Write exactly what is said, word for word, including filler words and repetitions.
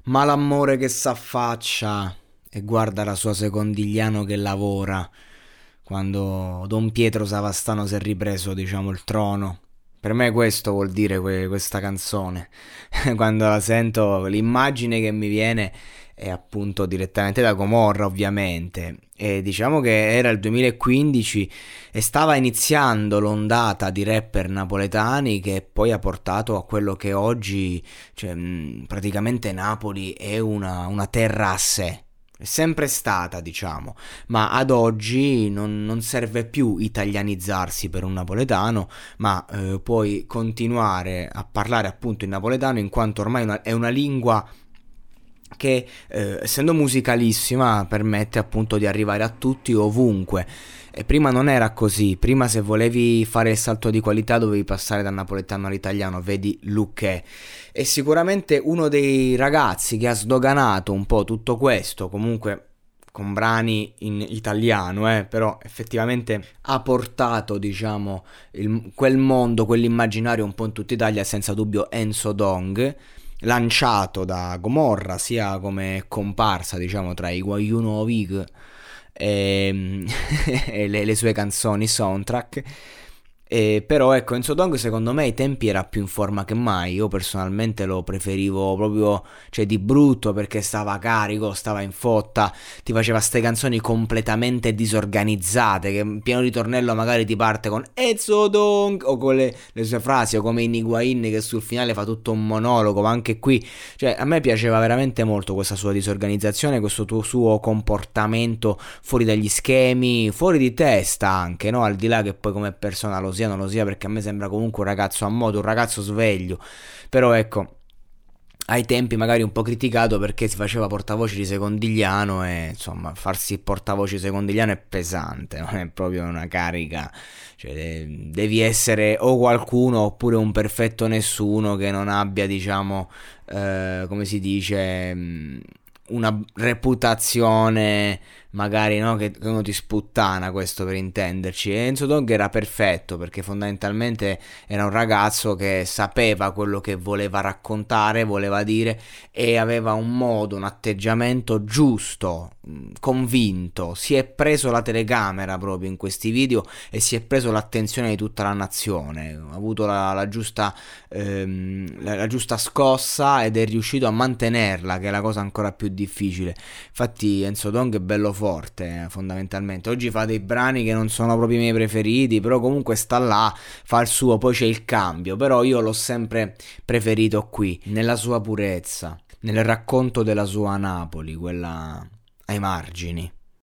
Ma l'amore che s'affaccia e guarda la sua secondigliano che lavora, quando Don Pietro Savastano si è ripreso, diciamo, il trono. Per me questo vuol dire que- questa canzone. Quando la sento, l'immagine che mi viene è appunto direttamente da Gomorra, ovviamente. E diciamo che era il duemilaquindici e stava iniziando l'ondata di rapper napoletani che poi ha portato a quello che oggi, cioè, mh, praticamente Napoli è una, una terra a sé. È sempre stata, diciamo, ma ad oggi non, non serve più italianizzarsi per un napoletano, ma eh, puoi continuare a parlare appunto in napoletano in quanto ormai una- è una lingua che, eh, essendo musicalissima, permette appunto di arrivare a tutti ovunque. E prima non era così, prima se volevi fare il salto di qualità dovevi passare dal napoletano all'italiano, vedi Luché. E sicuramente uno dei ragazzi che ha sdoganato un po' tutto questo, comunque con brani in italiano, eh, però effettivamente ha portato, diciamo, il- quel mondo, quell'immaginario un po' in tutta Italia, senza dubbio Enzo Dong, lanciato da Gomorra sia come comparsa, diciamo, tra i Guaiuno Vig e, e le, le sue canzoni soundtrack. E però ecco, Enzo Dong secondo me ai tempi era più in forma che mai. Io personalmente lo preferivo proprio, cioè, di brutto, perché stava carico, stava in fotta, ti faceva ste canzoni completamente disorganizzate, che in pieno ritornello magari ti parte con Enzo Dong o con le, le sue frasi, o come in Higuain che sul finale fa tutto un monologo. Ma anche qui, cioè, a me piaceva veramente molto questa sua disorganizzazione, questo tuo suo comportamento fuori dagli schemi, fuori di testa anche, no? Al di là che poi come persona lo sia o non lo sia, perché a me sembra comunque un ragazzo a modo, un ragazzo sveglio. Però ecco, ai tempi magari un po' criticato perché si faceva portavoce di Secondigliano e insomma farsi portavoce di Secondigliano è pesante, non è proprio una carica, cioè devi essere o qualcuno oppure un perfetto nessuno che non abbia, diciamo, eh, come si dice, mh, una reputazione magari, no, che, che uno ti sputtana, questo per intenderci. E Enzo Dog era perfetto perché fondamentalmente era un ragazzo che sapeva quello che voleva raccontare, voleva dire, e aveva un modo, un atteggiamento giusto, mh, convinto. Si è preso la telecamera proprio in questi video e si è preso l'attenzione di tutta la nazione. Ha avuto la, la giusta ehm, la, la giusta scossa ed è riuscito a mantenerla, che è la cosa ancora più difficile. Infatti Enzo Dong è bello forte, eh, fondamentalmente. Oggi fa dei brani che non sono proprio i miei preferiti, però comunque sta là, fa il suo, poi c'è il cambio. Però io l'ho sempre preferito qui, nella sua purezza, nel racconto della sua Napoli, quella ai margini.